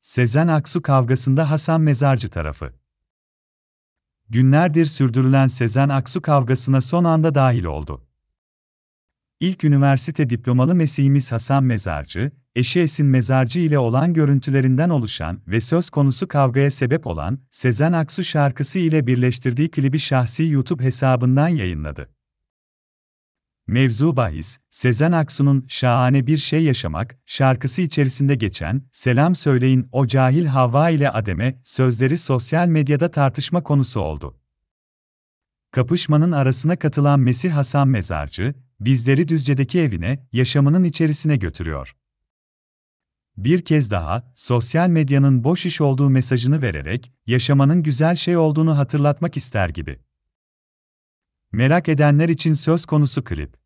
Sezen Aksu kavgasında Hasan Mezarcı tarafı. Günlerdir sürdürülen Sezen Aksu kavgasına son anda dahil oldu. İlk üniversite diplomalı Mesihimiz Hasan Mezarcı, eşi Esin Mezarcı ile olan görüntülerinden oluşan ve söz konusu kavgaya sebep olan Sezen Aksu şarkısı ile birleştirdiği klibi şahsi YouTube hesabından yayınladı. Mevzu bahis, Sezen Aksu'nun "Şahane Bir Şey Yaşamak" şarkısı içerisinde geçen "Selam söyleyin o cahil Havva ile Adem'e" sözleri sosyal medyada tartışma konusu oldu. Kapışmanın arasına katılan Mesih Hasan Mezarcı, bizleri Düzce'deki evine, yaşamının içerisine götürüyor. Bir kez daha, sosyal medyanın boş iş olduğu mesajını vererek, yaşamanın güzel şey olduğunu hatırlatmak ister gibi. Merak edenler için söz konusu klip.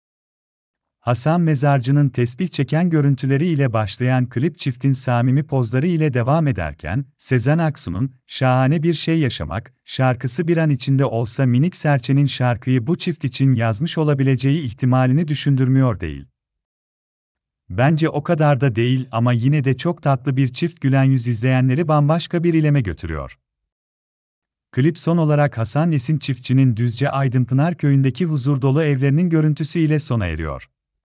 Hasan Mezarcı'nın tesbih çeken görüntüleri ile başlayan klip çiftin samimi pozları ile devam ederken, Sezen Aksu'nun "Şahane Bir Şey Yaşamak" şarkısı bir an içinde olsa minik serçenin şarkıyı bu çift için yazmış olabileceği ihtimalini düşündürmüyor değil. Bence o kadar da değil ama yine de çok tatlı bir çift gülen yüz izleyenleri bambaşka bir ileme götürüyor. Klip son olarak Hasan Esin çiftçinin Düzce Aydınpınar köyündeki huzur dolu evlerinin görüntüsü ile sona eriyor.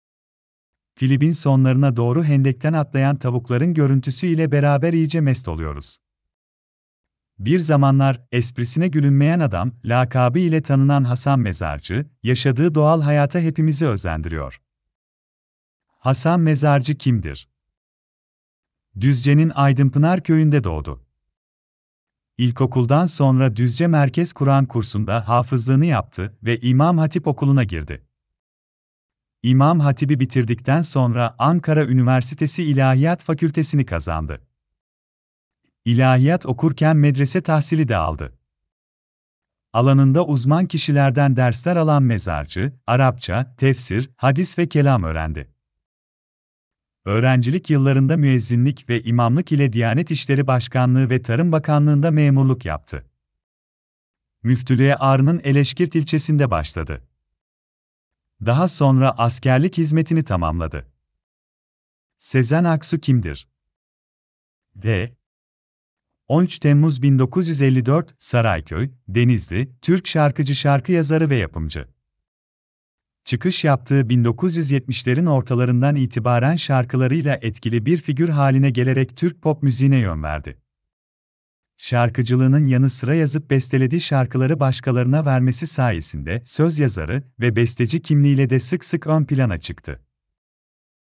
Klibin sonlarına doğru hendekten atlayan tavukların görüntüsü ile beraber iyice mest oluyoruz. Bir zamanlar esprisine gülünmeyen adam lakabı ile tanınan Hasan Mezarcı, yaşadığı doğal hayata hepimizi özendiriyor. Hasan Mezarcı kimdir? Düzce'nin Aydınpınar köyünde doğdu. İlkokuldan sonra Düzce Merkez Kur'an kursunda hafızlığını yaptı ve İmam Hatip Okulu'na girdi. İmam Hatip'i bitirdikten sonra Ankara Üniversitesi İlahiyat Fakültesini kazandı. İlahiyat okurken medrese tahsili de aldı. Alanında uzman kişilerden dersler alan Mezarcı, Arapça, tefsir, hadis ve kelam öğrendi. Öğrencilik yıllarında müezzinlik ve imamlık ile Diyanet İşleri Başkanlığı ve Tarım Bakanlığı'nda memurluk yaptı. Müftülüğe Ağrı'nın Eleşkirt ilçesinde başladı. Daha sonra askerlik hizmetini tamamladı. Sezen Aksu kimdir? 13 Temmuz 1954, Sarayköy, Denizli, Türk şarkıcı, şarkı yazarı ve yapımcı. Çıkış yaptığı 1970'lerin ortalarından itibaren şarkılarıyla etkili bir figür haline gelerek Türk pop müziğine yön verdi. Şarkıcılığının yanı sıra yazıp bestelediği şarkıları başkalarına vermesi sayesinde söz yazarı ve besteci kimliğiyle de sık sık ön plana çıktı.